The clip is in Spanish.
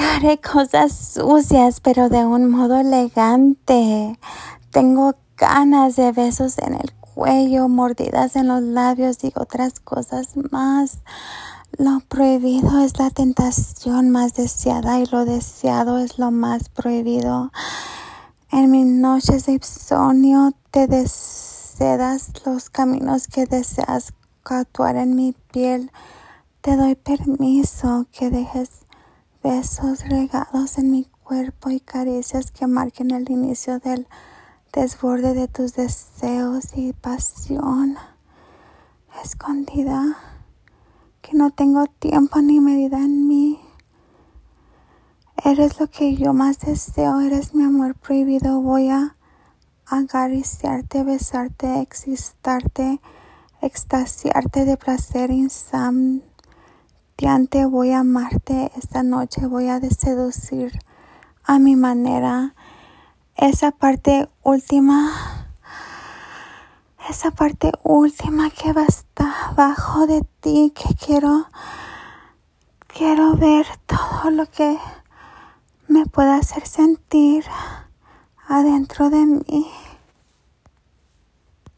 Haré cosas sucias, pero de un modo elegante. Tengo ganas de besos en el cuello, mordidas en los labios y otras cosas más. Lo prohibido es la tentación más deseada y lo deseado es lo más prohibido. En mis noches de insomnio te deseas los caminos que deseas tatuar en mi piel. Te doy permiso que dejes besos regados en mi cuerpo y caricias que marquen el inicio del desborde de tus deseos y pasión escondida, que no tengo tiempo ni medida en mí. Eres lo que yo más deseo, eres mi amor prohibido. Voy a acariciarte, besarte, excitarte, extasiarte de placer insanamente. Voy a amarte esta noche, voy a seducir a mi manera. Esa parte última que va a estar abajo de ti, que quiero ver todo lo que me pueda hacer sentir adentro de mí.